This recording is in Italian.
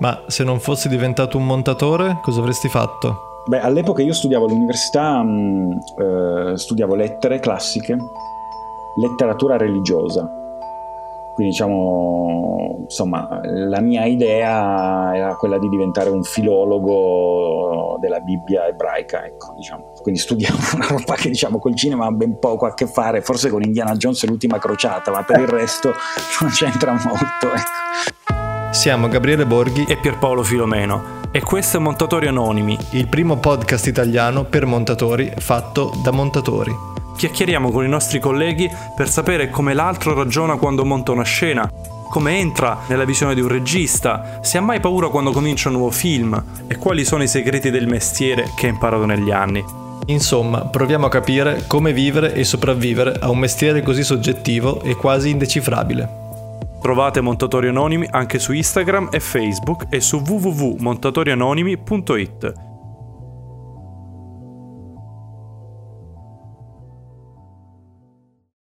Ma se non fossi diventato un montatore, cosa avresti fatto? Beh, all'epoca io studiavo all'università, studiavo lettere classiche, letteratura religiosa. Quindi diciamo, insomma, la mia idea era quella di diventare un filologo della Bibbia ebraica, ecco, diciamo. Quindi studiavo una roba che, diciamo, col cinema ha ben poco a che fare, forse con Indiana Jones e l'ultima crociata, ma per il resto non c'entra molto, ecco. Siamo Gabriele Borghi e Pierpaolo Filomeno e questo è Montatori Anonimi, il primo podcast italiano per montatori fatto da montatori. Chiacchieriamo con i nostri colleghi per sapere come l'altro ragiona quando monta una scena, come entra nella visione di un regista, se ha mai paura quando comincia un nuovo film e quali sono i segreti del mestiere che ha imparato negli anni. Insomma, proviamo a capire come vivere e sopravvivere a un mestiere così soggettivo e quasi indecifrabile. Trovate Montatori Anonimi anche su Instagram e Facebook e su www.montatorianonimi.it.